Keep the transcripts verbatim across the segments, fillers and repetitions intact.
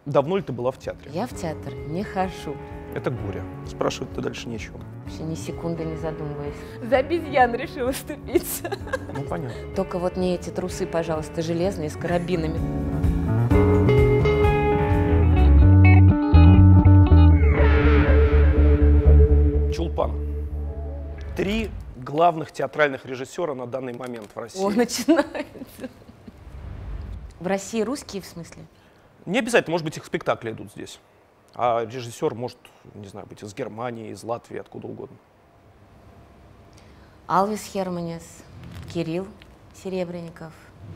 Давно ли ты была в театре? Я в театр не хожу. Это горе. Спрашивать-то дальше нечего. Вообще ни секунды не задумываясь. За обезьян решила вступиться. Ну, понятно. Только вот не эти трусы, пожалуйста, железные, с карабинами. Чулпан. Три главных театральных режиссера на данный момент в России. О, начинается. В России русские, в смысле? Не обязательно, может быть, их спектакли идут здесь. А режиссер может, не знаю, быть из Германии, из Латвии, откуда угодно. Алвис Херманис, Кирилл Серебренников.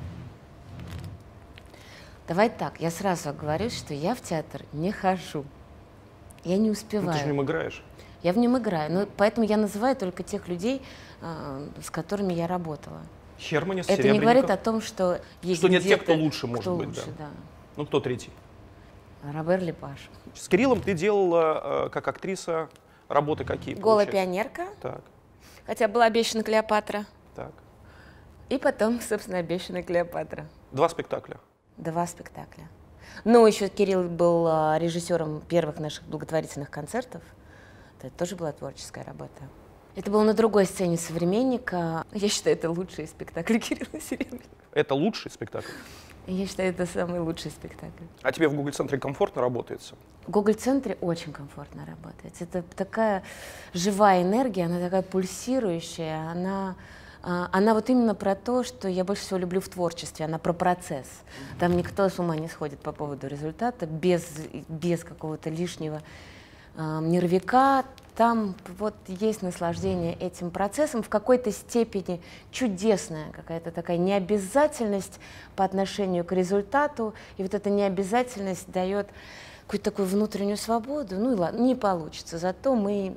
Давай так, я сразу оговорюсь, что я в театр не хожу. Я не успеваю. Ну, ты же в нем играешь. Я в нем играю, но поэтому я называю только тех людей, с которыми я работала. Херманис, Это не говорит о том, что есть что нет тех, кто кто лучше, может кто быть. Лучше, да. Да. Ну, кто третий? Робер Лепаш. С Кириллом ты делала, как актриса, работы какие? «Голая получается? пионерка». Так. Хотя была обещана Клеопатра. Так. И потом, собственно, обещана Клеопатра. Два спектакля. Два спектакля. Ну, еще Кирилл был режиссером первых наших благотворительных концертов. Это тоже была творческая работа. Это было на другой сцене «Современника». Я считаю, это лучший спектакль Кирилла Серебренникова. Это лучший спектакль? Я считаю, это самый лучший спектакль. А тебе в Гоголь-центре комфортно работается? В Гоголь-центре очень комфортно работается. Это такая живая энергия, она такая пульсирующая, она, она вот именно про то, что я больше всего люблю в творчестве, она про процесс. Там никто с ума не сходит по поводу результата, без, без какого-то лишнего э, нервика. Там вот есть наслаждение этим процессом, в какой-то степени чудесная какая-то такая необязательность по отношению к результату, и вот эта необязательность дает какую-то такую внутреннюю свободу. Ну и ладно, не получится, зато мы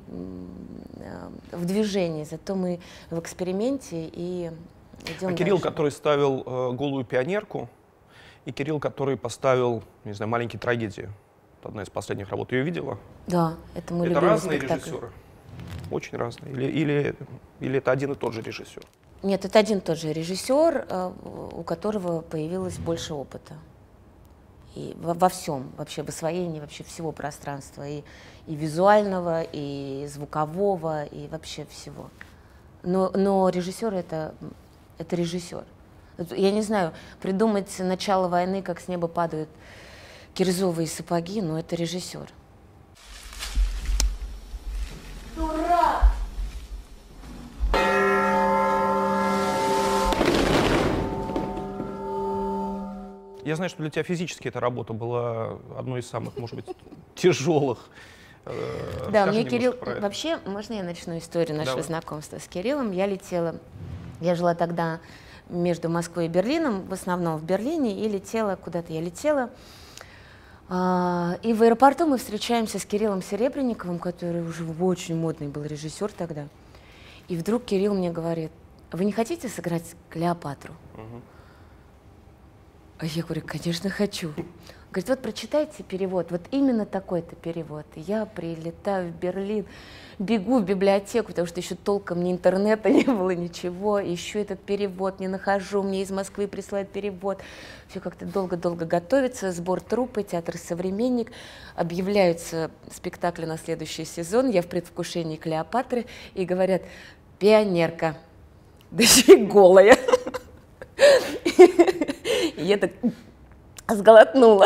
в движении, зато мы в эксперименте и идем А Кирилл, дальше. который ставил э, «Голую пионерку», и Кирилл, который поставил, не знаю, «Маленькие трагедии». Одна из последних работ. Ее видела? Да, это мой Это любимый разные спектакль. режиссеры? Очень разные. Или, или, или это один и тот же режиссер? Нет, это один и тот же режиссер, у которого появилось больше опыта. И во, во всем, вообще в освоении вообще всего пространства. И, и визуального, и звукового, и вообще всего. Но, но режиссер это, это режиссер. Я не знаю, придумать начало войны, как с неба падают кирзовые сапоги, но это режиссер. Ура! Я знаю, что для тебя физически эта работа была одной из самых, может быть, тяжелых. Да, мне Кирилл... Вообще, можно я начну историю нашего Давай. знакомства с Кириллом? Я летела... Я жила тогда между Москвой и Берлином, в основном в Берлине, и летела куда-то. Я летела... И в аэропорту мы встречаемся с Кириллом Серебренниковым, который уже очень модный был режиссер тогда. И вдруг Кирилл мне говорит: вы не хотите сыграть Клеопатру? Угу. А я говорю: конечно, хочу. Говорит: вот прочитайте перевод, вот именно такой-то перевод. И я прилетаю в Берлин, бегу в библиотеку, потому что еще толком ни интернета не было, ничего. Ищу этот перевод, не нахожу, мне из Москвы присылают перевод. Все как-то долго-долго готовится, сбор труппы, театр «Современник». Объявляются спектакли на следующий сезон, я в предвкушении Клеопатры, и говорят: пионерка, да еще и голая. И я так сглотнула.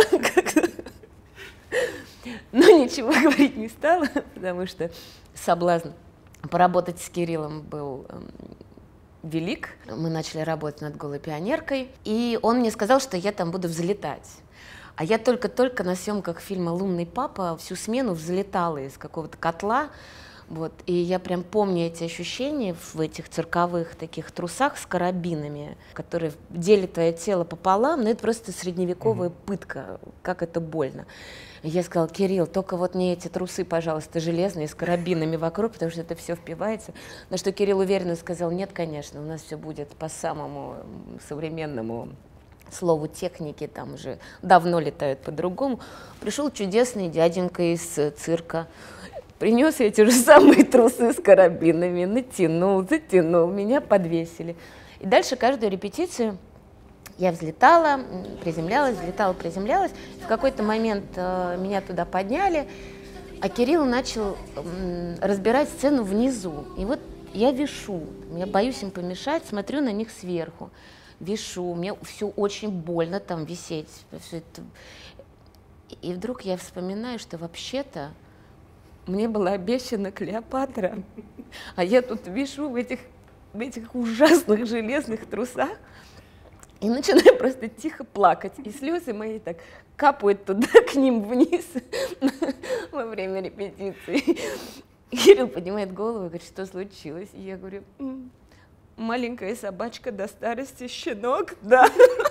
Но ничего говорить не стала, потому что соблазн поработать с Кириллом был э, велик. Мы начали работать над «Голой пионеркой», и он мне сказал, что я там буду взлетать. А я только-только на съемках фильма «Лунный папа» всю смену взлетала из какого-то котла. Вот, и я прям помню эти ощущения в этих цирковых таких трусах с карабинами, которые делят твое тело пополам, но это просто средневековая mm-hmm. пытка, как это больно. И я сказала: Кирилл, только вот не эти трусы, пожалуйста, железные, с карабинами вокруг, потому что это все впивается. На что Кирилл уверенно сказал: нет, конечно, у нас все будет по самому современному слову техники, там уже давно летают по-другому. Пришел чудесный дяденька из цирка, принес эти же самые трусы с карабинами, натянул, затянул, меня подвесили. И дальше каждую репетицию Я взлетала, приземлялась, взлетала, приземлялась. В какой-то момент э, меня туда подняли, а Кирилл начал э, разбирать сцену внизу. И вот я вишу, я боюсь им помешать, смотрю на них сверху, вишу, мне все очень больно там висеть. Все это. И вдруг я вспоминаю, что вообще-то мне была обещана Клеопатра, а я тут вишу в этих, в этих ужасных железных трусах. И начинаю просто тихо плакать, и слезы мои так капают туда, к ним вниз во время репетиции. Кирилл поднимает голову и говорит, что случилось? И я говорю, М, маленькая собачка до старости щенок, да.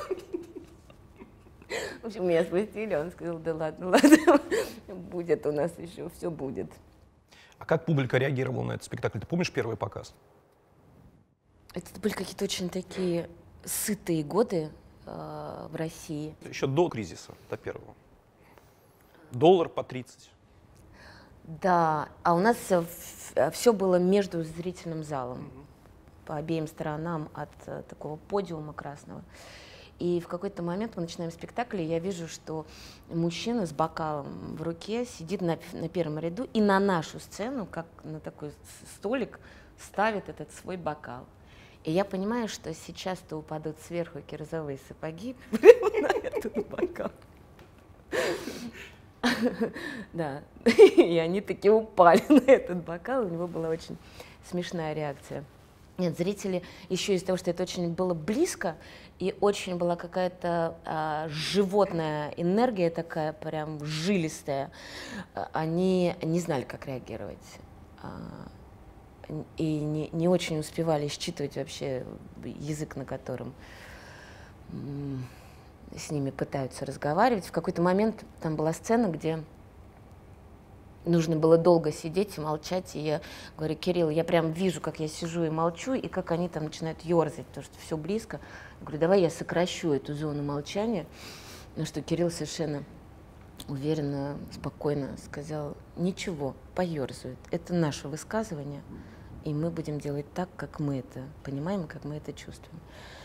В общем, меня спустили, он сказал, да ладно, ладно, будет у нас еще, все будет. А как публика реагировала на этот спектакль? Ты помнишь первый показ? Это были какие-то очень такие сытые годы э, в России. Еще до кризиса, до первого. Доллар по тридцать. Да, а у нас все было между зрительным залом, mm-hmm. по обеим сторонам от uh, такого подиума красного. И в какой-то момент мы начинаем спектакль, и я вижу, что мужчина с бокалом в руке сидит на, на первом ряду и на нашу сцену, как на такой столик, ставит этот свой бокал. И я понимаю, что сейчас-то упадут сверху кирзовые сапоги на этот бокал. Да, и они таки упали на этот бокал, у него была очень смешная реакция. Нет, зрители, еще из-за того, что это очень было близко, и очень была какая-то а, животная энергия такая, прям жилистая, а, они не знали, как реагировать. А, и не, не очень успевали считывать вообще язык, на котором м, с ними пытаются разговаривать. В какой-то момент там была сцена, где нужно было долго сидеть и молчать, и я говорю, Кирилл, я прям вижу, как я сижу и молчу, и как они там начинают ерзать, потому что все близко. Я говорю, давай я сокращу эту зону молчания. На что Кирилл совершенно уверенно, спокойно сказал, ничего, поерзают, это наше высказывание, и мы будем делать так, как мы это понимаем, как мы это чувствуем.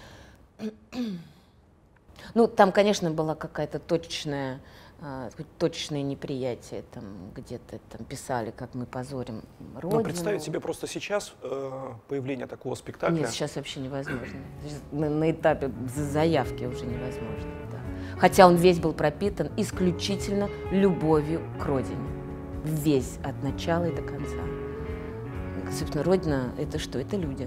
Ну, там, конечно, была какая-то точечная, э, точечное неприятие, там где-то там писали, как мы позорим Родину. Но представить себе просто сейчас э, появление такого спектакля. Нет, сейчас вообще невозможно. На, на этапе заявки уже невозможно. Да. Хотя он весь был пропитан исключительно любовью к Родине. Весь, от начала и до конца. Собственно, Родина — это что? Это люди.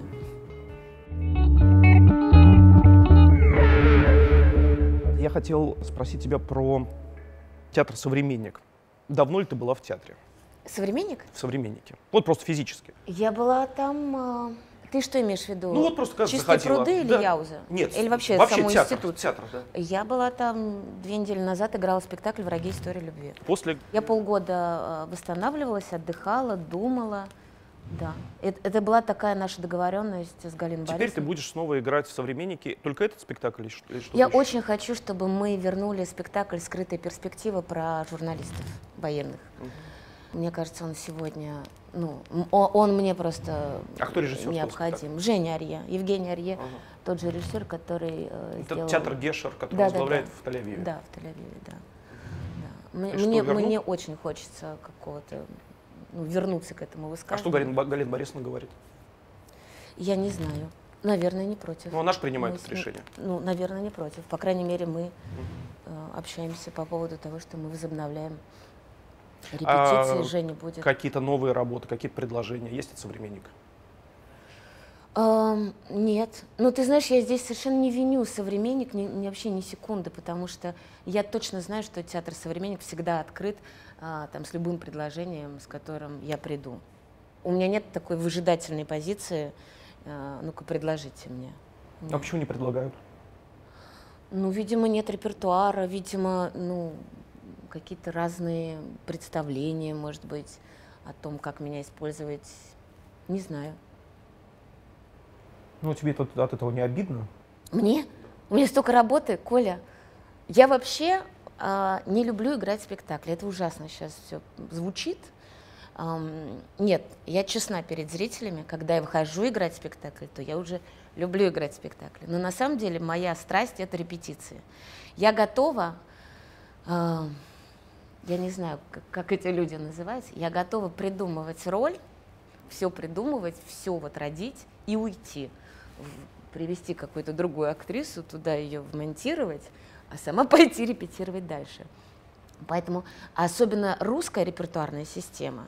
Я хотел спросить тебя про театр «Современник». Давно ли ты была в театре? Современник? В «Современнике». Вот просто физически. Я была там... Ты что имеешь в виду? Ну вот просто как Чистые заходила. пруды или Да. Яуза? Нет, Или вообще, вообще саму театр, институт? театр, да. Я была там две недели назад, играла спектакль «Враги истории любви». После... Я полгода восстанавливалась, отдыхала, думала. Да. Это, это была такая наша договоренность с Галиной Теперь Борисовной. ты будешь снова играть в «Современнике». Только этот спектакль или что- или что-то Я еще? очень хочу, чтобы мы вернули спектакль «Скрытая перспектива» про журналистов военных. Угу. Мне кажется, он сегодня, ну, м- о- он мне просто А кто режиссер этого необходим. Женя Арье, Евгений Арье, Ага. тот же режиссер, который э, Это сделал... театр Гешер, который Да, да, возглавляет да. в Тель-Авиве. Да, в Тель-Авиве, да. Да. Мне, И что, мне, вернут? мне очень хочется какого-то, ну, вернуться к этому А высказыванию. что Галина, Ба- Галина Борисовна говорит? Я не знаю. Наверное, не против. Ну, она же принимает Мы это с ней- решение. Ну, наверное, не против. По крайней мере, мы э, общаемся по поводу того, что мы возобновляем репетиции. А Женя будет. Какие-то новые работы, какие-то предложения есть от «Современника»? Эм, нет. Ну, ты знаешь, я здесь совершенно не виню «Современник» ни, ни- вообще ни секунды, потому что я точно знаю, что театр «Современник» всегда открыт а, там, с любым предложением, с которым я приду. У меня нет такой выжидательной позиции. а, Ну-ка, предложите мне. А Нет. почему не предлагают? Ну, видимо, нет репертуара, видимо, ну, какие-то разные представления, может быть, о том, как меня использовать. Не знаю. Ну, тебе тут от этого не обидно? Мне? У меня столько работы, Коля. Я вообще а, не люблю играть в спектакли. Это ужасно сейчас все звучит. Ам, нет, я честна перед зрителями. Когда я выхожу играть в спектакль, то я уже люблю играть в спектакли. Но на самом деле моя страсть — это репетиции. Я готова, э, я не знаю, как, как эти люди называются, я готова придумывать роль, все придумывать, все вот родить и уйти. Привести какую-то другую актрису, туда ее вмонтировать, а сама пойти репетировать дальше. Поэтому особенно русская репертуарная система,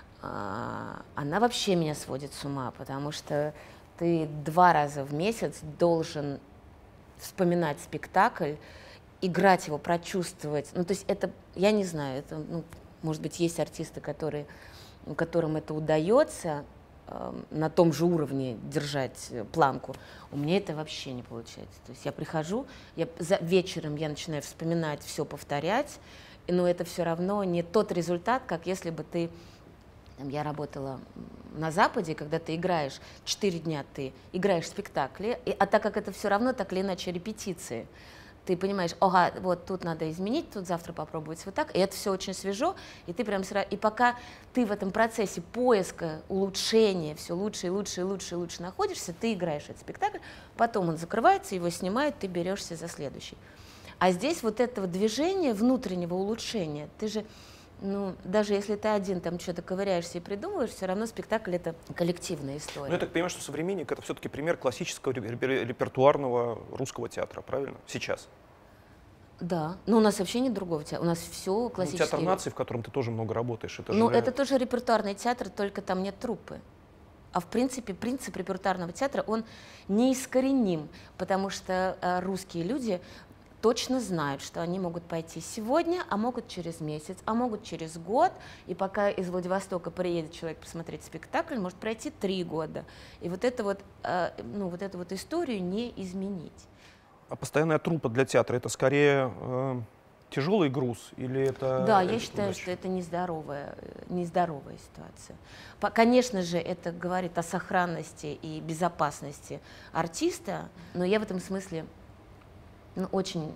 она вообще меня сводит с ума, потому что ты два раза в месяц должен вспоминать спектакль, играть его, прочувствовать. Ну, то есть это, я не знаю, это, ну, может быть, есть артисты, которые, которым это удается э, на том же уровне держать планку. У меня это вообще не получается. То есть я прихожу, я, за, вечером я начинаю вспоминать, все повторять, но это все равно не тот результат, как если бы ты... Я работала на Западе, когда ты играешь, четыре дня ты играешь в спектакле, и, а так как это все равно так или иначе репетиции, ты понимаешь, ага, вот тут надо изменить, тут завтра попробовать вот так, и это все очень свежо, и ты прям сразу, и пока ты в этом процессе поиска, улучшения, все лучше и лучше и лучше и лучше находишься, ты играешь этот спектакль, потом он закрывается, его снимают, ты берешься за следующий. А здесь вот этого движения, внутреннего улучшения, ты же, ну, даже если ты один там что-то ковыряешься и придумываешь, все равно спектакль — это коллективная история. Ну, я так понимаю, что «Современник» — это все-таки пример классического репертуарного русского театра, правильно? Сейчас. Да, но у нас вообще нет другого театра, у нас все классический. Ну, театр нации, в котором ты тоже много работаешь. Это ну, же... это тоже репертуарный театр, только там нет труппы. А в принципе принцип репертуарного театра, он неискореним, потому что э, русские люди точно знают, что они могут пойти сегодня, а могут через месяц, а могут через год, и пока из Владивостока приедет человек посмотреть спектакль, может пройти три года. И вот, это вот, э, ну, вот эту вот историю не изменить. А постоянная труппа для театра — это скорее э, тяжелый груз или это... Да, это я считаю, удача? что это нездоровая, нездоровая ситуация. По, конечно же, это говорит о сохранности и безопасности артиста, но я в этом смысле, ну, очень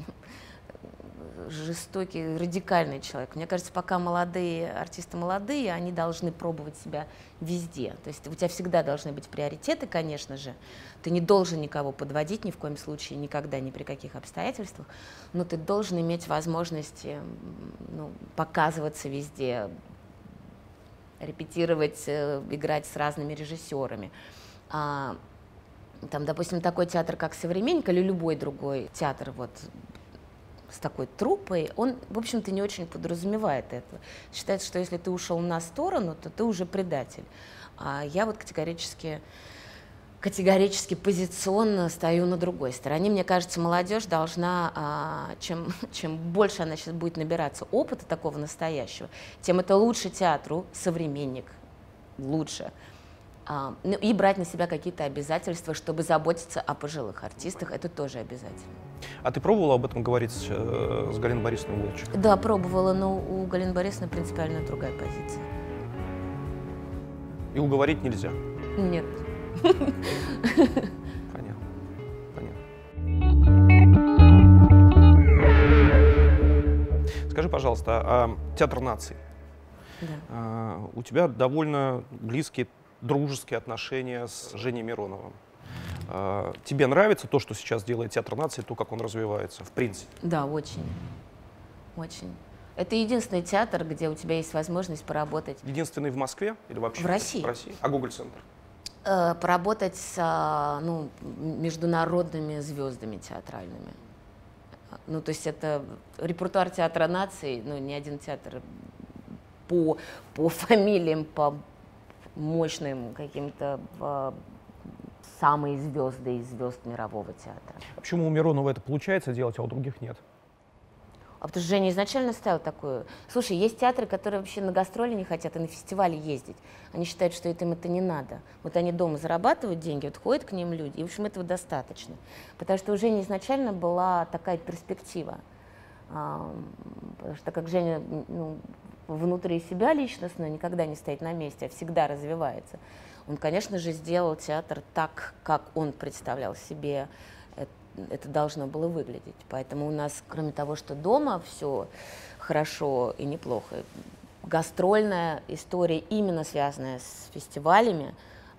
жестокий, радикальный человек. Мне кажется, пока молодые артисты молодые, они должны пробовать себя везде. То есть у тебя всегда должны быть приоритеты, конечно же. Ты не должен никого подводить ни в коем случае, никогда, ни при каких обстоятельствах, но ты должен иметь возможность, ну, показываться везде, репетировать, играть с разными режиссерами. А, там, допустим, такой театр, как «Современник», или любой другой театр вот, с такой труппой, он, в общем-то, не очень подразумевает это. Считается, что если ты ушел на сторону, то ты уже предатель. А я вот категорически, категорически позиционно стою на другой стороне. Мне кажется, молодежь должна, а, чем, чем больше она сейчас будет набираться опыта такого настоящего, тем это лучше театру, «Современник» лучше. А, ну, и брать на себя какие-то обязательства, чтобы заботиться о пожилых артистах, это тоже обязательно. А ты пробовала об этом говорить с, э, с Галиной Борисовной Волчек? Да, пробовала, но у Галины Борисовны принципиально другая позиция. И уговорить нельзя? Нет. Понятно. Понятно. Скажи, пожалуйста, а театр наций? Да. А, у тебя довольно близкие дружеские отношения с Женей Мироновым. А, тебе нравится то, что сейчас делает театр нации, то, как он развивается, в принципе? Да, очень. Очень. Это единственный театр, где у тебя есть возможность поработать. Единственный в Москве или вообще? В России. В России. А Гоголь-центр? Э, поработать с, ну, международными звездами театральными. Ну, то есть это репертуар театра нации, ну, не один театр по, по фамилиям, по мощным каким-то э, самые звезды из звезд мирового театра. А почему у Миронова это получается делать, а у других нет? А потому что Женя изначально ставил такую... Слушай, есть театры, которые вообще на гастроли не хотят и на фестивали ездить. Они считают, что это им это не надо. Вот они дома зарабатывают деньги, вот ходят к ним люди, и, в общем, этого достаточно. Потому что у Жени изначально была такая перспектива. А, потому что как Женя, ну, внутри себя личностно никогда не стоит на месте, а всегда развивается. Он, конечно же, сделал театр так, как он представлял себе это, это должно было выглядеть. Поэтому у нас, кроме того, что дома все хорошо и неплохо, гастрольная история, именно связанная с фестивалями,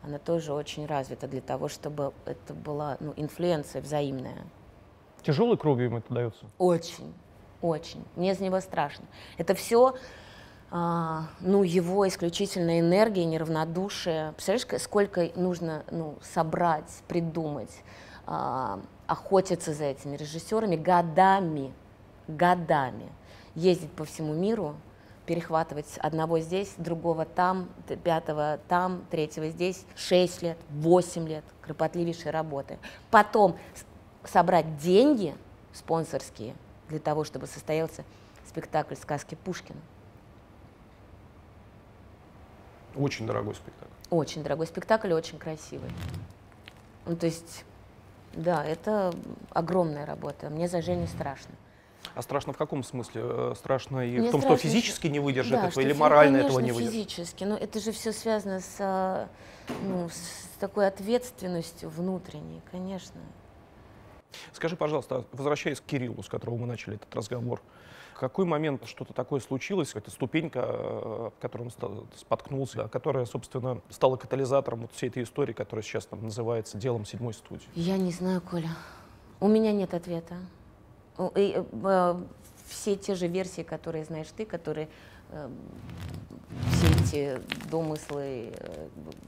она тоже очень развита для того, чтобы это была, ну, инфлюенция взаимная. Тяжелой кровью им это дается? Очень, очень. Мне из него страшно. Это все, а, ну, его исключительная энергия, неравнодушие. Представляешь, сколько нужно, ну, собрать, придумать, а, охотиться за этими режиссерами годами, годами. Ездить по всему миру, перехватывать одного здесь, другого там, пятого там, третьего здесь, шесть лет, восемь лет кропотливейшей работы. Потом собрать деньги спонсорские для того, чтобы состоялся спектакль «Сказки Пушкина». Очень дорогой спектакль. Очень дорогой спектакль и очень красивый. Ну, то есть, да, это огромная работа. Мне за Женю страшно. А страшно в каком смысле? Страшно и Мне в том, страшно, что физически не выдержит да, этого, или что, морально конечно, этого не выдержит? физически, но это же все связано с, ну, с такой ответственностью внутренней, конечно. Скажи, пожалуйста, возвращаясь к Кириллу, с которого мы начали этот разговор, в какой момент что-то такое случилось, какая-то ступенька, в которой он споткнулся, которая, собственно, стала катализатором вот всей этой истории, которая сейчас там называется «Делом седьмой студии»? Я не знаю, Коля. У меня нет ответа. И, э, все те же версии, которые знаешь ты, которые э, все эти домыслы, э,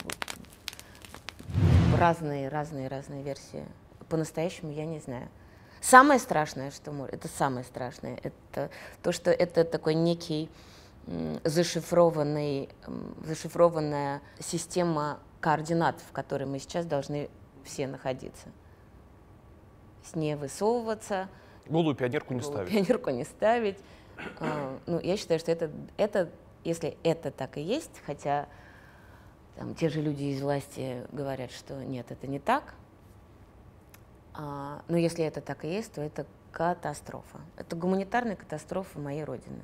разные, разные, разные версии. По-настоящему я не знаю. Самое страшное, что может, это самое страшное, это то, что это такой некий м, зашифрованный, м, зашифрованная система координат, в которой мы сейчас должны все находиться. С ней высовываться. Голую пионерку не Голую ставить. Пионерку не ставить. А, ну, я считаю, что это, это, если это так и есть, хотя там, те же люди из власти говорят, что нет, это не так. А, но если это так и есть, то это катастрофа. Это гуманитарная катастрофа моей родины.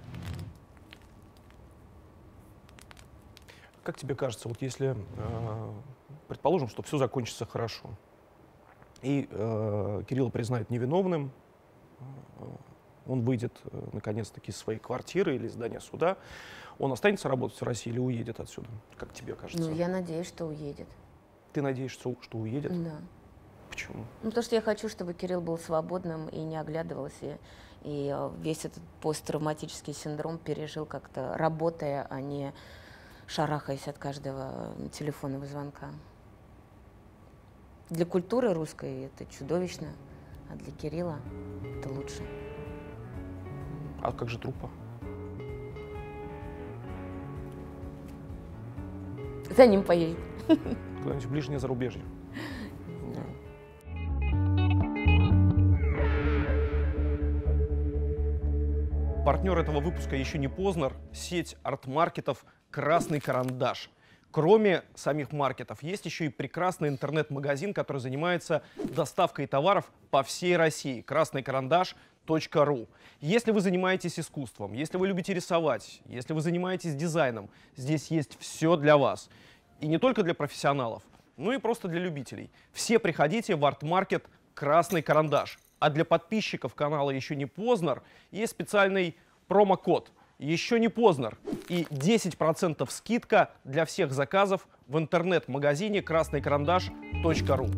Как тебе кажется, вот если, э, предположим, что все закончится хорошо, и э, Кирилла признают невиновным, э, он выйдет, э, наконец-таки, из своей квартиры или из здания суда, он останется работать в России или уедет отсюда? Как тебе кажется? Ну, я надеюсь, что уедет. Ты надеешься, что уедет? Да. Почему? Ну, потому что я хочу, чтобы Кирилл был свободным и не оглядывался, и э, весь этот посттравматический синдром пережил как-то работая, а не шарахаясь от каждого телефонного звонка. Для культуры русской это чудовищно, а для Кирилла это лучше. А как же труппа? За ним поедет. Куда-нибудь в ближнее зарубежье. Да. Партнер этого выпуска «Еще не Познер» — сеть арт-маркетов «Красный карандаш». Кроме самих маркетов, есть еще и прекрасный интернет-магазин, который занимается доставкой товаров по всей России. красный карандаш точка ру. Если вы занимаетесь искусством, если вы любите рисовать, если вы занимаетесь дизайном, здесь есть все для вас. И не только для профессионалов, но и просто для любителей. Все приходите в арт-маркет «Красный карандаш». А для подписчиков канала «Еще не Познер» есть специальный промокод «Еще не Познер» и десять процентов скидка для всех заказов в интернет-магазине красный карандаш точка ру.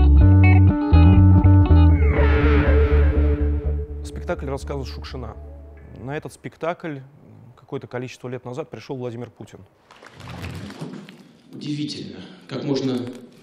Спектакль «Рассказы Шукшина». На этот спектакль какое-то количество лет назад пришел Владимир Путин. Удивительно, как можно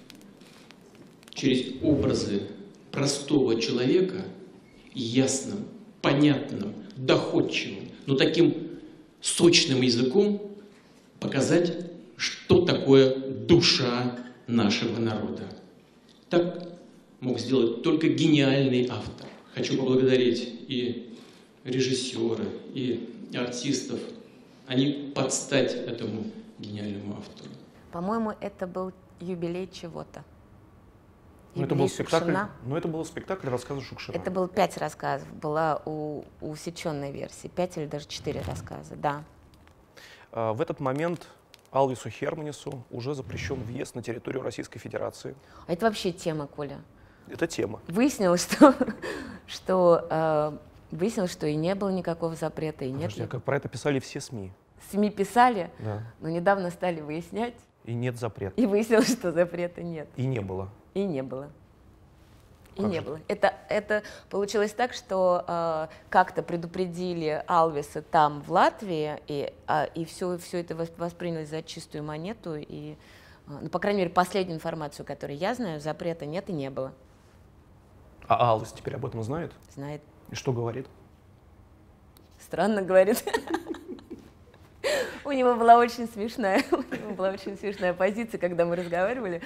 через образы простого человека, ясным, понятным, доходчивым, но таким сочным языком показать, что такое душа нашего народа. Так мог сделать только гениальный автор. Хочу поблагодарить и режиссера, и артистов. Они под стать этому гениальному автору. По-моему, это был юбилей чего-то. Но это, был спектакль, но это был спектакль «Рассказы Шукшина». Это было пять рассказов, была у, у усеченной версии, пять или даже четыре рассказа, да. А, в этот момент Алвису Херманису уже запрещен въезд на территорию Российской Федерации. А это вообще тема, Коля. Это тема. Выяснилось, что, что, э, выяснилось, что и не было никакого запрета, и нет. Подожди, а как про это писали все СМИ. СМИ писали, Да. но недавно стали выяснять. И нет запрета. И выяснилось, что запрета нет. И не было. И не было. И Как не же было. Это, это получилось так, что э, как-то предупредили Алвеса там, в Латвии, и, а, и все, все это восприняли за чистую монету. И, э, ну, по крайней мере, последнюю информацию, которую я знаю, запрета нет и не было. А Алвес теперь об этом знает? Знает. И что говорит? Странно говорит. У него была очень смешная, у него была очень смешная позиция, когда мы разговаривали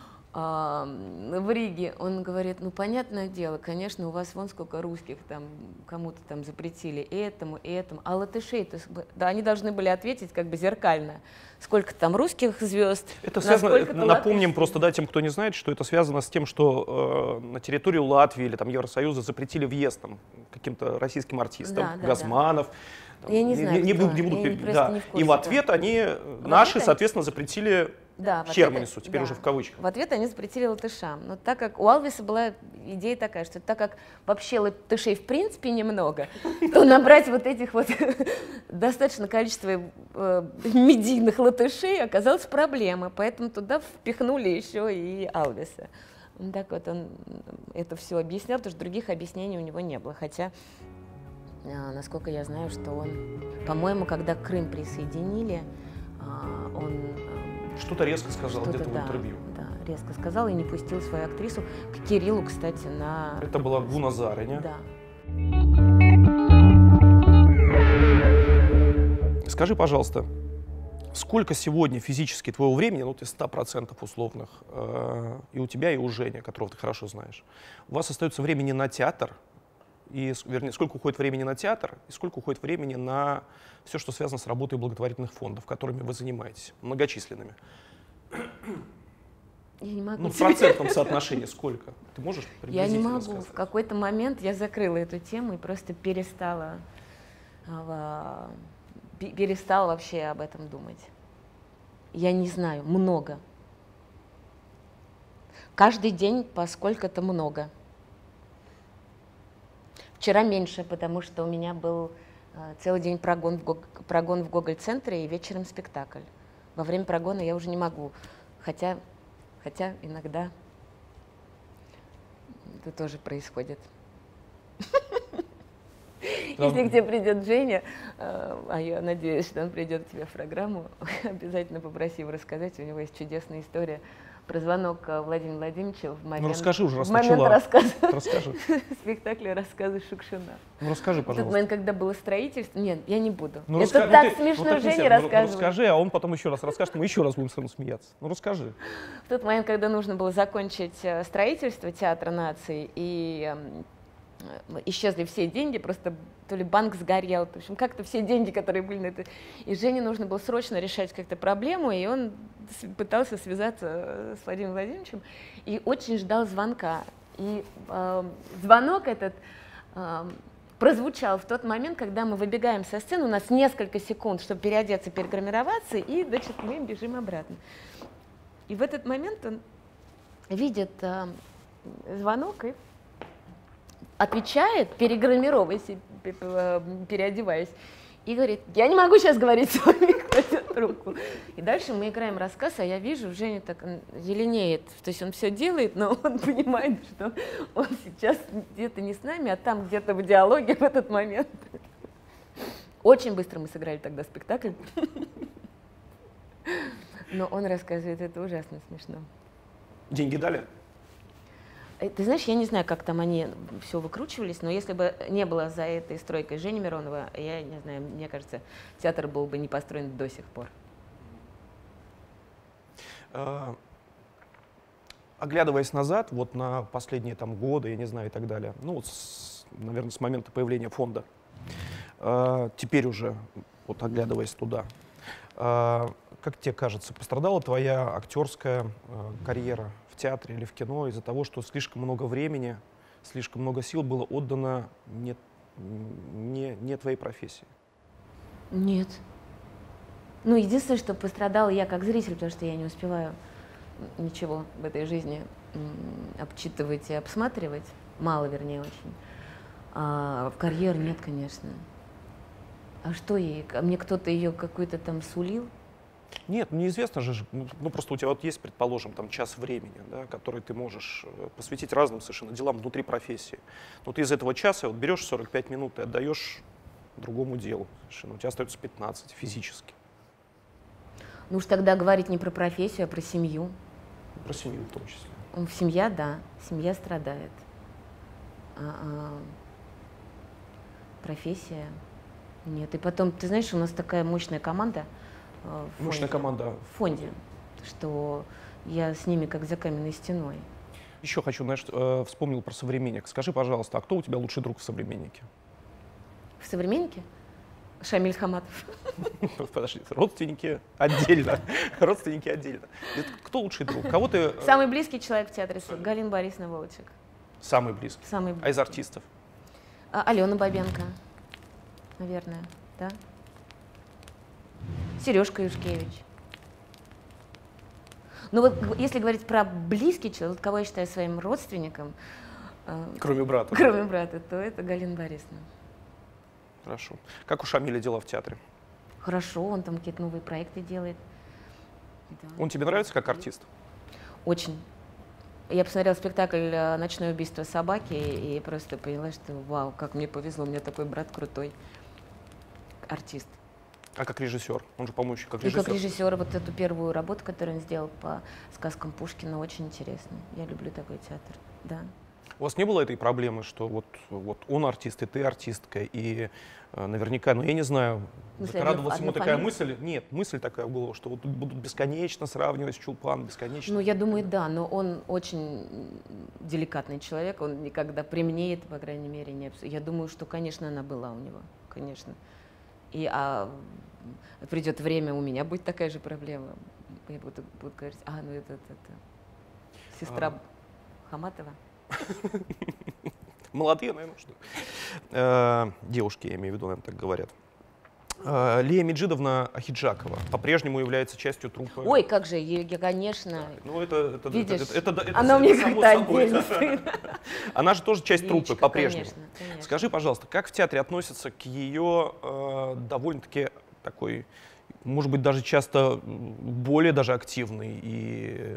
в Риге. Он говорит: ну, понятное дело, конечно, у вас вон сколько русских, там, кому-то там запретили этому, этому, а латышей-то, да, они должны были ответить как бы зеркально, сколько там русских звезд. Это связано, напомним латышских. Просто, да, тем, кто не знает, что это связано с тем, что э, на территорию Латвии или там Евросоюза запретили въезд там каким-то российским артистам, да, да, Газманов. Да. Я не знаю, не, кто. не, не будут, Я да. не в курсе, И в ответ да. они, в наши, ответ соответственно, запретили да, Херманису, теперь да. уже в кавычках. В ответ они запретили латышам. Но так как у Алвеса была идея такая, что так как вообще латышей в принципе немного, то набрать вот этих вот достаточно количество э, медийных латышей оказалось проблемой. Поэтому туда впихнули еще и Алвеса. Так вот он это все объяснял, потому что других объяснений у него не было. Хотя, э, насколько я знаю, что он, по-моему, когда Крым присоединили, э, он... Что-то резко сказал Что-то, где-то да, в интервью. Да, резко сказал и не пустил свою актрису, к Кириллу, кстати, на... Это была Гуна Зареня. Да. Скажи, пожалуйста, сколько сегодня физически твоего времени, ну ты сто процентов условных, э, и у тебя, и у Жени, которого ты хорошо знаешь, у вас остается времени на театр, и, вернее, сколько уходит времени на театр, и сколько уходит времени на все, что связано с работой благотворительных фондов, которыми вы занимаетесь, многочисленными? Я не могу. Ну, в процентном соотношении сколько? Ты можешь Я приблизительно не могу. сказать? В какой-то момент я закрыла эту тему и просто перестала, перестала вообще об этом думать. Я не знаю, много. Каждый день по сколько-то много. Вчера меньше, потому что у меня был э, целый день прогон в, Гог... прогон в Гоголь-центре и вечером спектакль. Во время прогона я уже не могу, хотя, хотя иногда это тоже происходит. Если к тебе придет Женя, а я надеюсь, что он придет к тебе в программу, обязательно попроси его рассказать. У него есть чудесная история про звонок Владимира Владимировича в момент, ну, расскажи уже, раз в момент начала. рассказа Расскажи. спектакля «Рассказы Шукшина». Ну расскажи, В тот пожалуйста. момент, когда было строительство... Нет, я не буду. Ну, Это раска... так ну, ты... смешно ну, так Жене нельзя. рассказывать. Ну, расскажи, а он потом еще раз расскажет, мы еще раз будем с ним смеяться. Ну расскажи. В тот момент, когда нужно было закончить строительство Театра наций, и э, исчезли все деньги, просто то ли банк сгорел, в общем, как-то все деньги, которые были на это. И Жене нужно было срочно решать как-то проблему, и он пытался связаться с Владимиром Владимировичем и очень ждал звонка. И э, звонок этот э, прозвучал в тот момент, когда мы выбегаем со сцены, у нас несколько секунд, чтобы переодеться, перегримироваться, и, значит, мы бежим обратно. И в этот момент он видит э, звонок и отвечает, перегримировываясь, переодеваясь, и говорит: я не могу сейчас говорить с вами, кладет трубку. И дальше мы играем рассказ, а я вижу, Женя так зеленеет, то есть он все делает, но он понимает, что он сейчас где-то не с нами, а там где-то в диалоге в этот момент. Очень быстро мы сыграли тогда спектакль, но он рассказывает, это ужасно смешно. Деньги дали? Ты знаешь, я не знаю, как там они все выкручивались, но если бы не было за этой стройкой Жени Миронова, я не знаю, мне кажется, театр был бы не построен до сих пор. А, оглядываясь назад, вот на последние там годы, я не знаю, и так далее, ну, вот с, наверное, с момента появления фонда, а, теперь уже, вот оглядываясь туда, а, как тебе кажется, пострадала твоя актерская а, карьера в театре или в кино из-за того, что слишком много времени, слишком много сил было отдано не, не, не твоей профессии? Нет. Ну, единственное, что пострадала я как зритель, потому что я не успеваю ничего в этой жизни обчитывать и обсматривать. Мало, вернее, очень. А в карьеру нет, конечно. А что ей? Мне кто-то ее какой-то там сулил? Нет, ну неизвестно же, ну ну, просто у тебя вот есть, предположим, там час времени, да, который ты можешь э, посвятить разным совершенно делам внутри профессии. Но ты из этого часа вот берешь сорок пять минут и отдаешь другому делу совершенно. У тебя остается пятнадцать физически. Ну уж тогда говорить не про профессию, а про семью. Про семью в том числе. М, Семья, да, семья страдает. А, а, профессия нет. И потом, ты знаешь, у нас такая мощная команда э, в Мощная фонде, команда. в фонде, что я с ними как за каменной стеной. Еще хочу, знаешь, э, вспомнил про «Современник». Скажи, пожалуйста, а кто у тебя лучший друг в «Современнике»? В «Современнике» Шамиль Хаматов. Подожди, родственники отдельно. Родственники отдельно. Это кто лучший друг? Кого ты э, Самый близкий человек в театре — Галина Борисовна Волочек. самый близкий? Самый А из близкий. артистов? А, Алена Бабенко, наверное, да? Сережка Юшкевич. Ну вот г- если говорить про близкий человек, вот кого я считаю своим родственником, э, Кроме брата. кроме брата, то это Галина Борисовна. Хорошо. Как у Шамиля дела в театре? Хорошо, он там какие-то новые проекты делает. Да. Он тебе нравится как артист? Очень. Я посмотрела спектакль э, «Ночное убийство собаки» и просто поняла, что вау, как мне повезло, у меня такой брат крутой артист. А как режиссер? Он же, по-моему, еще как И режиссер. как режиссер, вот эту первую работу, которую он сделал по сказкам Пушкина, очень интересно. Я люблю такой театр, да. У вас не было этой проблемы, что вот, вот он артист, и ты артистка, и э, наверняка, ну я не знаю, В смысле, закрадывалась одно- ему такая однофамильцы? мысль, нет, мысль такая в голову, что вот будут бесконечно сравнивать с Чулпан, бесконечно. Ну, я думаю, да, но он очень деликатный человек, он никогда при мне это, по крайней мере, не обсуждал. Я думаю, что, конечно, она была у него, конечно. И а, придет время, у меня будет такая же проблема. Я буду, буду говорить, а, ну это, это, это сестра А. Хаматова. Молодые, наверное, что э, девушки, я имею в виду, наверное, так говорят. Э, Лия Меджидовна Ахиджакова по-прежнему является частью труппы. Ой, как же, я, я, конечно, Ну, это, это, видишь, это, это, это, она это мне само как-то собой. отдельно стоит. Она же тоже часть труппы Личка, по-прежнему. конечно, конечно. Скажи, пожалуйста, как в театре относятся к ее э, довольно-таки такой, может быть, даже часто более даже активной и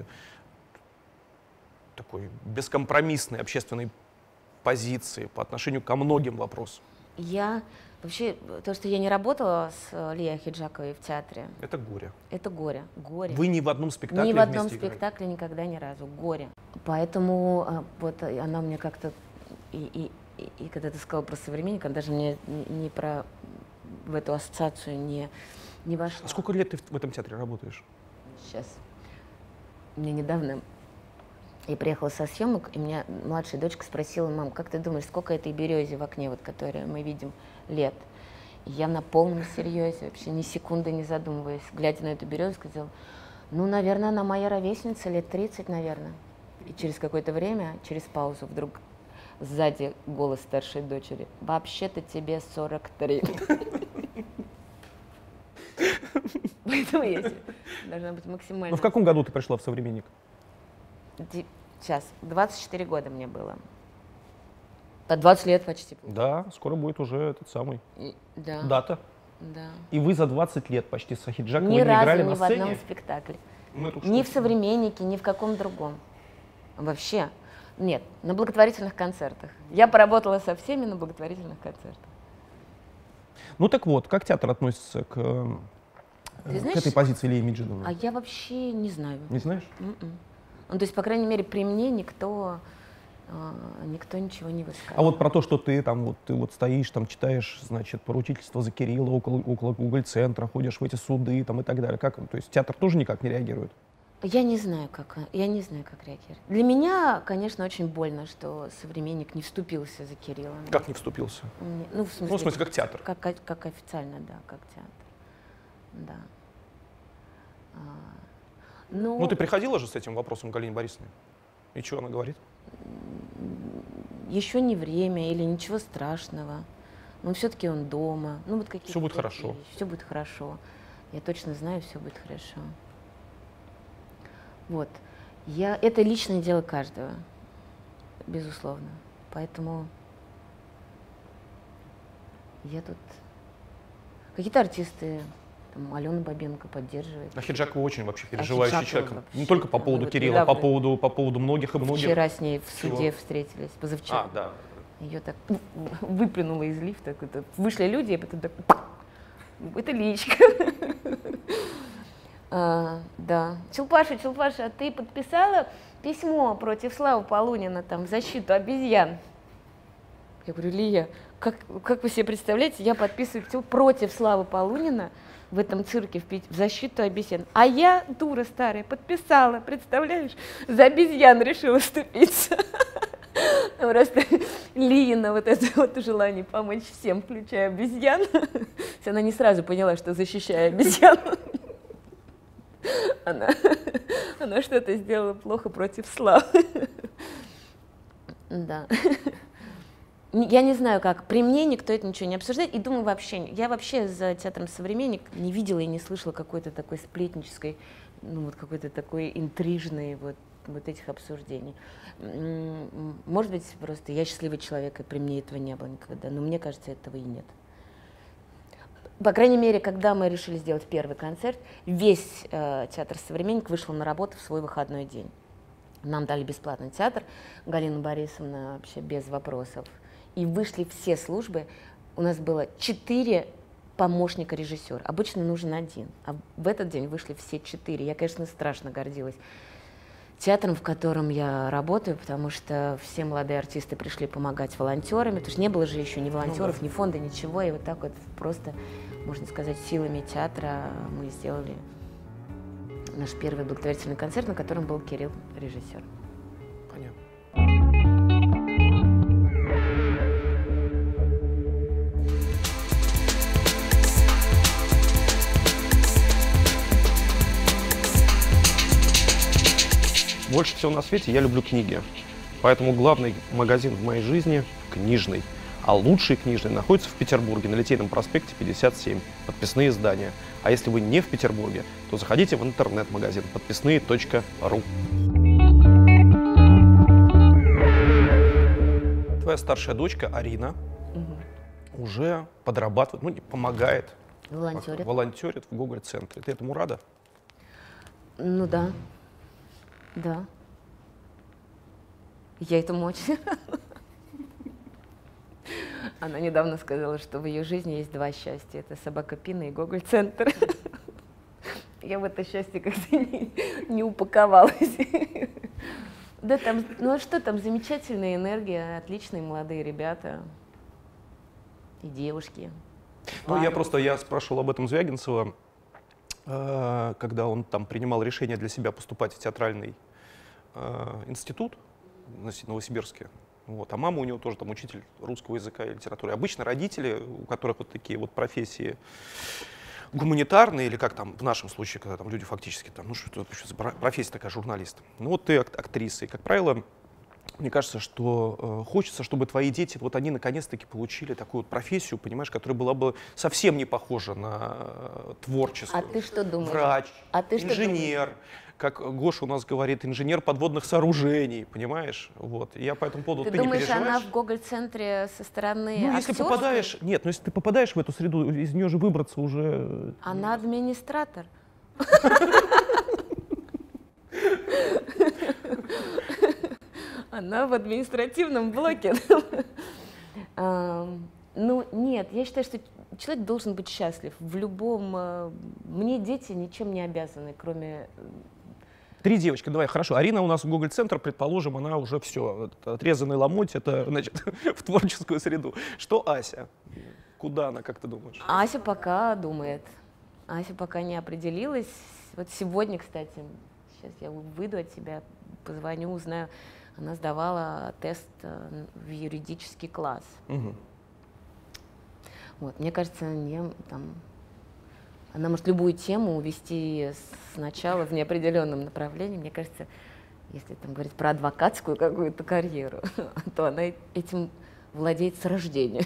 такой бескомпромиссной общественной позиции по отношению ко многим вопросам? Я вообще, то, что я не работала с э, Лией Ахиджаковой в театре, Это горе. это горе, горе. Вы ни в одном спектакле Ни в одном вместе играли? спектакле никогда ни разу, горе. Поэтому а, вот э, она мне как-то, и, и, и, и когда ты сказала про «Современника», она даже мне не, не про, в эту ассоциацию не, не вошла. А сколько лет ты в в этом театре работаешь? Сейчас. Мне недавно я приехала со съемок, и меня младшая дочка спросила: мам, как ты думаешь, сколько этой березе в окне, вот, которую мы видим, лет? И я на полном серьезе, вообще ни секунды не задумываясь, глядя на эту березу, сказала: ну, наверное, она моя ровесница, лет тридцать, наверное. И через какое-то время, через паузу, вдруг сзади голос старшей дочери: вообще-то тебе сорок три. Поэтому я должна быть максимально... Ну, в каком году ты пришла в «Современник»? Ди- Сейчас, двадцать четыре года мне было. По двадцать лет почти. Да, скоро будет уже этот самый И- Да, дата. да. И вы за двадцать лет почти с Ахиджаковой Ни не разу играли ни на в одном сцене? спектакле. Мы тут Ни в что? «Современнике», ни в каком другом. Вообще. Нет, на благотворительных концертах. Я поработала со всеми на благотворительных концертах. Ну так вот, как театр относится к, э, Ты к знаешь, этой позиции Лии Меджидовны? А я вообще не знаю. Не знаешь? М-м. Ну, то есть, по крайней мере, при мне никто, а, никто ничего не высказывал. А вот про то, что ты там вот, ты вот стоишь, там читаешь, значит, поручительство за Кирилла около, около Google-центра, ходишь в эти суды там и так далее. Как, то есть театр тоже никак не реагирует? Я не знаю, как, я не знаю, как реагировать. Для меня, конечно, очень больно, что «Современник» не вступился за Кирилла. Как не вступился? Мне- ну, в смысле, Ну, в смысле, как театр. Как, как, как официально, да, как театр. Да. А, ну, Ну ты приходила же с этим вопросом к Галине Борисовне? И что она говорит? еще не время или ничего страшного. Но все-таки он дома. Ну, вот какие-то Всё будет такие хорошо. вещи. Все будет хорошо. Я точно знаю, все будет хорошо. Вот. Я, это личное дело каждого, безусловно. Поэтому я тут... Какие-то артисты Там Алена Бабенко поддерживает. А Хиджакова очень вообще переживающий а человек. вообще, Не только по да, поводу вот Кирилла, по недавно, поводу, по поводу многих и многих. Вчера с ней в суде Чего? встретились, позавчера. А, да. Ее так выплюнуло из лифта. Это, вышли люди, и потом так... Это личка. а, да. Челпаша, Челпаша, а ты подписала письмо против Славы Полунина там, в защиту обезьян? Я говорю, Лия, как, как вы себе представляете, я подписываю письмо против Славы Полунина в этом цирке в, Пит... в защиту обезьян. А я, дура старая, подписала, представляешь, за обезьян решила вступиться. Просто Лиина вот это вот желание помочь всем, включая обезьян. Она не сразу поняла, что защищая обезьян, она, она что-то сделала плохо против Славы. Да. Я не знаю как, при мне никто это ничего не обсуждает, и думаю вообще, я вообще за театром «Современник» не видела и не слышала какой-то такой сплетнической, ну вот какой-то такой интрижной вот, вот этих обсуждений. Может быть, просто я счастливый человек, и при мне этого не было никогда, но мне кажется, этого и нет. По крайней мере, когда мы решили сделать первый концерт, весь э, театр «Современник» вышел на работу в свой выходной день. Нам дали бесплатный театр, Галина Борисовна вообще без вопросов. И вышли все службы. У нас было четыре помощника режиссера. Обычно нужен один. А в этот день вышли все четыре. Я, конечно, страшно гордилась театром, в котором я работаю, потому что все молодые артисты пришли помогать волонтерами. Потому что не было же еще ни волонтеров, ни фонда, ничего. И вот так вот просто, можно сказать, силами театра мы сделали наш первый благотворительный концерт, на котором был Кирилл режиссер. Понятно. Больше всего на свете я люблю книги. Поэтому главный магазин в моей жизни – книжный. А лучший книжный находится в Петербурге, на Литейном проспекте пятьдесят семь. Подписные издания. А если вы не в Петербурге, то заходите в интернет-магазин подписные точка ру. Твоя старшая дочка Арина угу. уже подрабатывает, ну, помогает. Волонтерит. Волонтерит в Гоголь-центре. Ты этому рада? Ну да. Да. Я этому очень рада. Она недавно сказала, что в ее жизни есть два счастья. Это собака Пина и Гоголь-центр. Я в это счастье как-то не, не упаковалась. Да там, ну а что там, замечательная энергия, отличные молодые ребята и девушки. Ну, пары. я просто, я спрашивал об этом Звягинцева, э, когда он там принимал решение для себя поступать в театральный э, институт в Новосибирске. Вот. А мама у него тоже там учитель русского языка и литературы. Обычно родители, у которых вот такие вот профессии гуманитарные, или как там в нашем случае, когда там люди фактически там, ну что это профессия такая, журналист. Ну вот ты актриса, и, как правило, мне кажется, что э, хочется, чтобы твои дети, вот они наконец-таки получили такую вот профессию, понимаешь, которая была бы совсем не похожа на э, творческую. А ты что думаешь? Врач, а ты инженер. Что как Гоша у нас говорит, инженер подводных сооружений, понимаешь? Вот. Я по этому поводу, ты, ты думаешь, не переживаешь? Она в Гоголь-центре со стороны Ну, если актерской? попадаешь, нет, ну если ты попадаешь в эту среду, из нее же выбраться уже... Она администратор. Она в административном блоке. Ну, нет, я считаю, что человек должен быть счастлив. В любом... Мне дети ничем не обязаны, кроме... Три девочки, давай, хорошо. Арина у нас в Гоголь-центр, предположим, она уже все, отрезанный ломоть, это, значит, в творческую среду. Что Ася? Куда она, как ты думаешь? Ася пока думает. Ася пока не определилась. Вот сегодня, кстати, сейчас я выйду от тебя, позвоню, узнаю. Она сдавала тест в юридический класс. Угу. Вот, мне кажется, не, там, она может любую тему увести сначала в неопределенном направлении. Мне кажется, если там говорить про адвокатскую какую-то карьеру, то она этим владеет с рождения.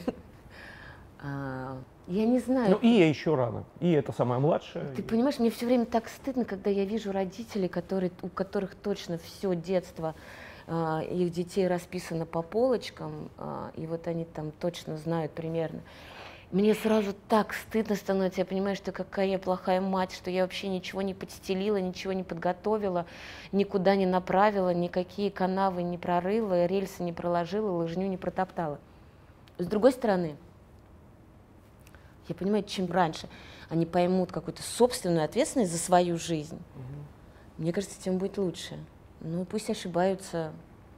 Я не знаю. Ну, и я еще рано. И это самая младшая. Ты понимаешь, мне все время так стыдно, когда я вижу родителей, которые, у которых точно все детство э, их детей расписано по полочкам, э, и вот они там точно знают примерно. Мне сразу так стыдно становится, я понимаю, что какая я плохая мать, что я вообще ничего не подстелила, ничего не подготовила, никуда не направила, никакие канавы не прорыла, рельсы не проложила, лыжню не протоптала. С другой стороны, я понимаю, чем раньше они поймут какую-то собственную ответственность за свою жизнь, угу. мне кажется, тем будет лучше. Ну, пусть ошибаются.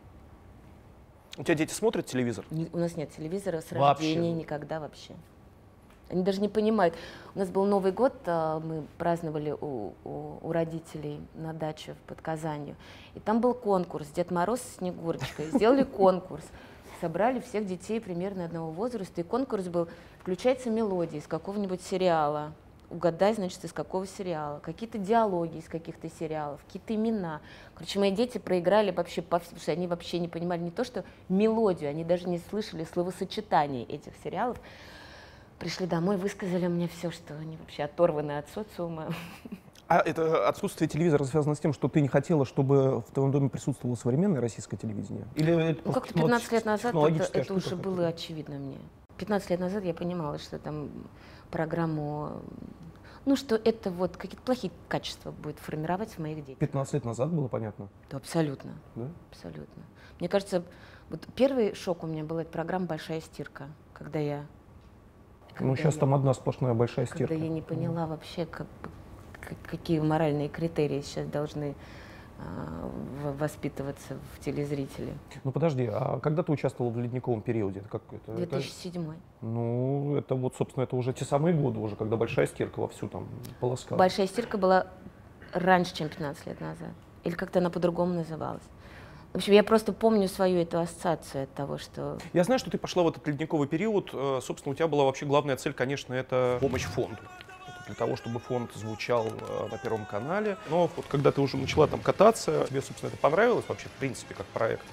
У тебя дети смотрят телевизор? Не, у нас нет телевизора с Вообще? рождения, никогда вообще. Они даже не понимают. У нас был Новый год, мы праздновали у, у, у родителей на даче под Казанью. И там был конкурс «Дед Мороз с Снегурочкой». Сделали конкурс. Собрали всех детей примерно одного возраста. И конкурс был, включается мелодия из какого-нибудь сериала. Угадай, значит, из какого сериала. Какие-то диалоги из каких-то сериалов, какие-то имена. Короче, мои дети проиграли вообще по всему, потому что они вообще не понимали не то, что мелодию, они даже не слышали словосочетаний этих сериалов. Пришли домой, высказали мне все, что они вообще оторваны от социума. А это отсутствие телевизора связано с тем, что ты не хотела, чтобы в твоем доме присутствовало современное российское телевидение? Или это ну, как-то пятнадцать лет назад это, это уже было очевидно мне. пятнадцать лет назад я понимала, что там программу, ну, что это вот какие-то плохие качества будет формировать в моих детях. пятнадцать лет назад было понятно? Да, абсолютно. Да? Абсолютно. Мне кажется, вот первый шок у меня был, это программа «Большая стирка», когда я... Когда ну, сейчас я, там одна сплошная большая когда стирка. я не поняла mm. вообще, как, как, какие моральные критерии сейчас должны а, воспитываться в телезрителе. Ну, подожди, а когда ты участвовала в ледниковом периоде? Это как, это, две тысячи седьмой. Это, ну, это вот, собственно, это уже те самые годы, уже, когда большая стирка вовсю там полоскала. Большая стирка была раньше, чем пятнадцать лет назад. Или как-то она по-другому называлась. В общем, я просто помню свою эту ассоциацию от того, что... Я знаю, что ты пошла в этот ледниковый период. Собственно, у тебя была вообще главная цель, конечно, это помощь фонду. Это для того, чтобы фонд звучал на Первом канале. Но вот когда ты уже начала там кататься, тебе, собственно, это понравилось вообще, в принципе, как проект?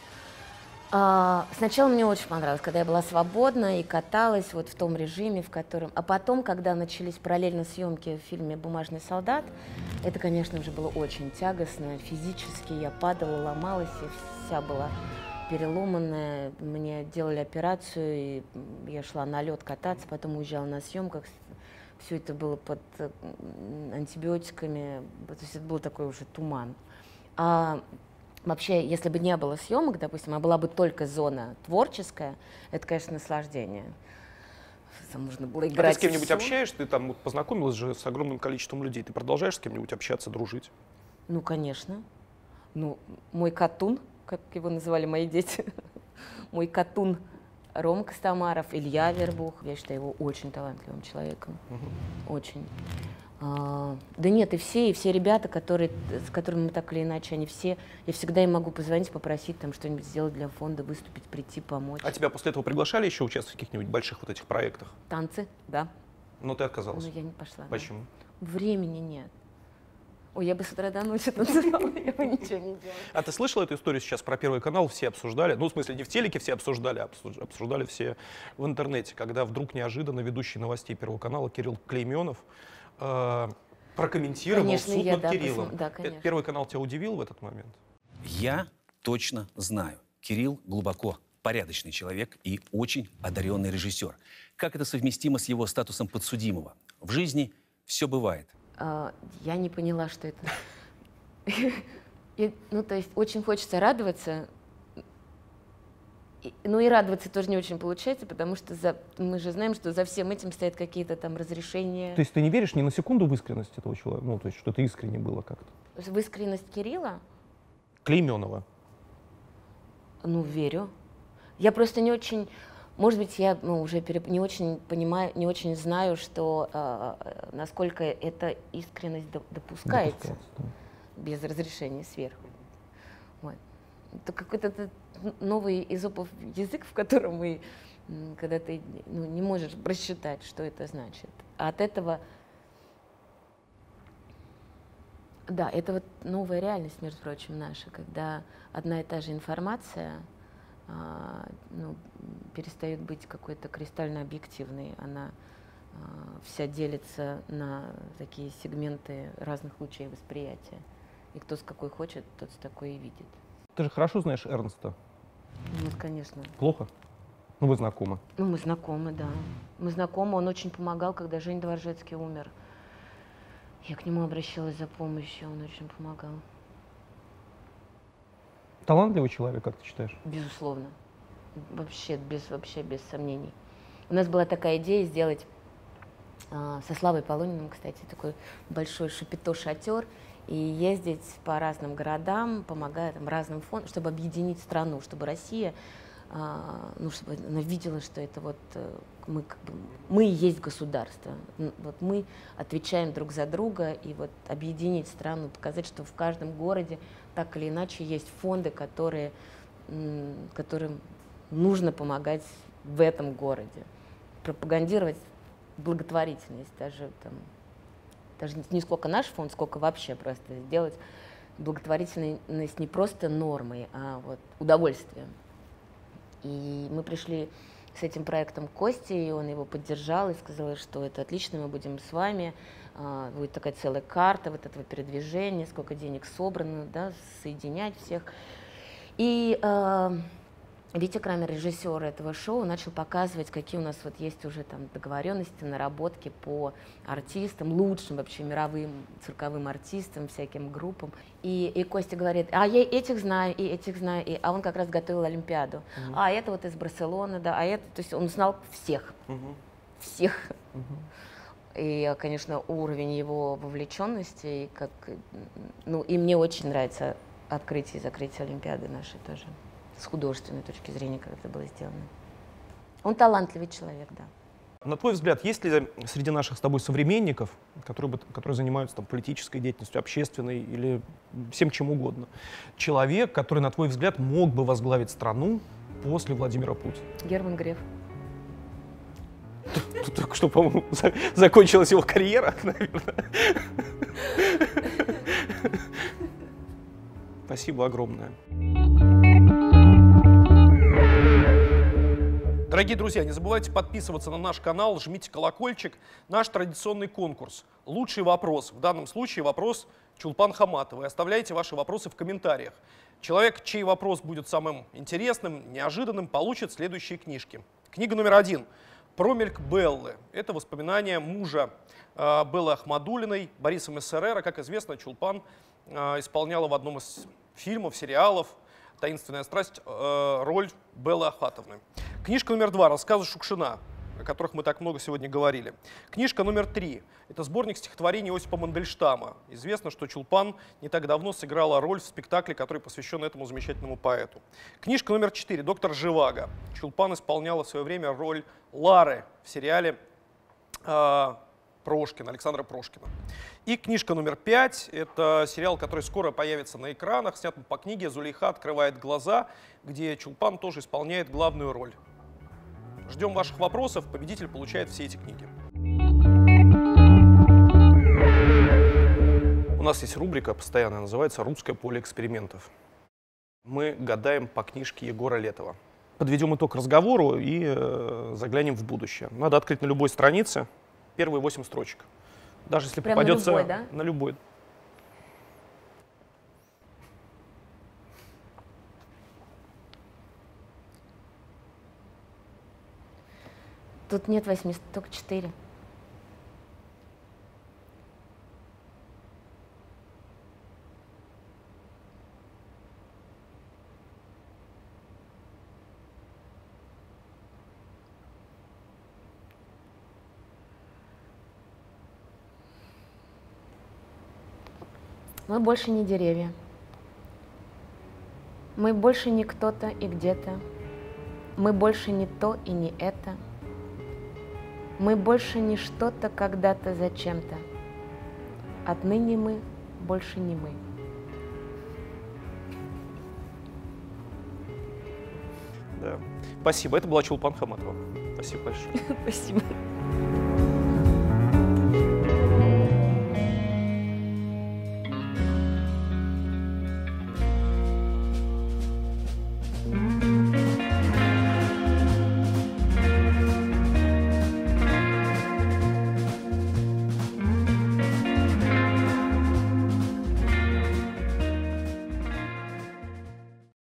А, сначала мне очень понравилось, когда я была свободна и каталась вот в том режиме, в котором... А потом, когда начались параллельно съемки в фильме «Бумажный солдат», это, конечно, уже было очень тягостно. Физически я падала, ломалась, и вся была переломанная. Мне делали операцию, и я шла на лед кататься, потом уезжала на съемках. Все это было под антибиотиками, то есть это был такой уже туман. А вообще, если бы не было съемок, допустим, а была бы только зона творческая, это, конечно, наслаждение. Можно было играть. А ты с кем-нибудь общаешься? Ты там познакомилась же с огромным количеством людей. Ты продолжаешь с кем-нибудь общаться, дружить? Ну, конечно. Ну, мой катун, как его называли мои дети, мой катун Рома Костомаров, Илья Вербух. Я считаю его очень талантливым человеком. Угу. Очень. А, да нет, и все, и все ребята, которые, с которыми мы так или иначе, они все, я всегда им могу позвонить, попросить там что-нибудь сделать для фонда, выступить, прийти, помочь. А тебя после этого приглашали еще участвовать в каких-нибудь больших вот этих проектах? Танцы, да. Но ты отказалась? Но я не пошла. Почему? Да. Времени нет. Ой, я бы с утра до ночи танцевала, я бы ничего не делала. А ты слышала эту историю сейчас про Первый канал? Все обсуждали, ну, в смысле, не в телеке все обсуждали, а обсуждали все в интернете, когда вдруг неожиданно ведущий новостей Первого канала Кирилл Клейменов э, прокомментировал конечно, суд я, над да, Кириллом. Да, конечно. Первый канал тебя удивил в этот момент? Я точно знаю, Кирилл глубоко порядочный человек и очень одаренный режиссер. Как это совместимо с его статусом подсудимого? В жизни все бывает. А, я не поняла, что это. Ну, то есть очень хочется радоваться. Ну и радоваться тоже не очень получается, потому что за, мы же знаем, что за всем этим стоят какие-то там разрешения. То есть ты не веришь ни на секунду в искренность этого человека? Ну, то есть что это искренне было как-то? В искренность Кирилла? Клейменова. Ну, верю. Я просто не очень, может быть, я ну, уже переп... не очень понимаю, не очень знаю, что э, насколько эта искренность допускается, допускается да. без разрешения сверху. Вот. Это какой-то новый эзопов язык, в котором мы, когда ты ну, не можешь просчитать, что это значит. А от этого, да, это вот новая реальность, между прочим, наша, когда одна и та же информация а, ну, перестает быть какой-то кристально объективной, она а, вся делится на такие сегменты разных лучей восприятия. И кто с какой хочет, тот с такой и видит. Ты же хорошо знаешь Эрнста? Нет, конечно. Плохо? Ну, вы знакомы. Ну, мы знакомы, да. Мы знакомы, он очень помогал, когда Женя Дворжецкий умер. Я к нему обращалась за помощью, он очень помогал. Талантливый человек, как ты считаешь? Безусловно. Вообще без, вообще без сомнений. У нас была такая идея сделать а, со Славой Полуниным, кстати, такой большой шапито-шатер, и ездить по разным городам, помогая там, разным фондам, чтобы объединить страну, чтобы Россия, а, ну, чтобы она видела, что это вот мы, как бы, мы и есть государство. Вот мы отвечаем друг за друга, и вот объединить страну, показать, что в каждом городе так или иначе есть фонды, которые, которым нужно помогать в этом городе. Пропагандировать благотворительность, даже, там, даже не сколько наш фонд, сколько вообще просто сделать благотворительность не просто нормой, а вот удовольствием. И мы пришли с этим проектом к Косте, и он его поддержал и сказал, что это отлично, мы будем с вами, а, будет такая целая карта вот этого передвижения, сколько денег собрано, да, соединять всех. И а, Витя Крамер, режиссер этого шоу, начал показывать, какие у нас вот есть уже там договоренности, наработки по артистам, лучшим вообще мировым цирковым артистам, всяким группам. И, и Костя говорит, а я этих знаю, и этих знаю, и, а он как раз готовил Олимпиаду. Uh-huh. А это вот из Барселоны, да, а это, то есть он знал всех, uh-huh. всех. Uh-huh. И, конечно, уровень его вовлеченности, и как, ну, и мне очень нравится открытие и закрытие Олимпиады нашей тоже. С художественной точки зрения, как это было сделано. Он талантливый человек, да. На твой взгляд, есть ли среди наших с тобой современников, которые, бы, которые занимаются там, политической деятельностью, общественной или всем чем угодно, человек, который, на твой взгляд, мог бы возглавить страну после Владимира Путина? Герман Греф. Только что, по-моему, закончилась его карьера, наверное. Спасибо огромное. Дорогие друзья, не забывайте подписываться на наш канал, жмите колокольчик. Наш традиционный конкурс «Лучший вопрос». В данном случае вопрос Чулпан Хаматовой. Оставляйте ваши вопросы в комментариях. Человек, чей вопрос будет самым интересным, неожиданным, получит следующие книжки. Книга номер один. «Промельк Беллы». Это воспоминания мужа э, Беллы Ахмадуллиной, Борисом Эссерера. Как известно, Чулпан э, исполняла в одном из фильмов, сериалов «Таинственная страсть» э, роль Беллы Ахматовны. Книжка номер два. Рассказы Шукшина, о которых мы так много сегодня говорили. Книжка номер три. Это сборник стихотворений Осипа Мандельштама. Известно, что Чулпан не так давно сыграла роль в спектакле, который посвящен этому замечательному поэту. Книжка номер четыре. Доктор Живаго. Чулпан исполняла в свое время роль Лары в сериале э, Прошкина, Александра Прошкина. И книжка номер пять. Это сериал, который скоро появится на экранах, снят по книге «Зулейха открывает глаза», где Чулпан тоже исполняет главную роль. Ждем ваших вопросов. Победитель получает все эти книги. У нас есть рубрика постоянная, называется «Русское поле экспериментов». Мы гадаем по книжке Егора Летова. Подведем итог разговору и э, заглянем в будущее. Надо открыть на любой странице первые восемь строчек. Даже если Прям попадется на любой, да? На любой. Тут нет восьми, только четыре. Мы больше не деревья. Мы больше не кто-то и где-то. Мы больше не то и не это. Мы больше не что-то когда-то зачем-то. Отныне мы больше не мы. Да. Спасибо. Это была Чулпан Хаматова. Спасибо большое. Спасибо.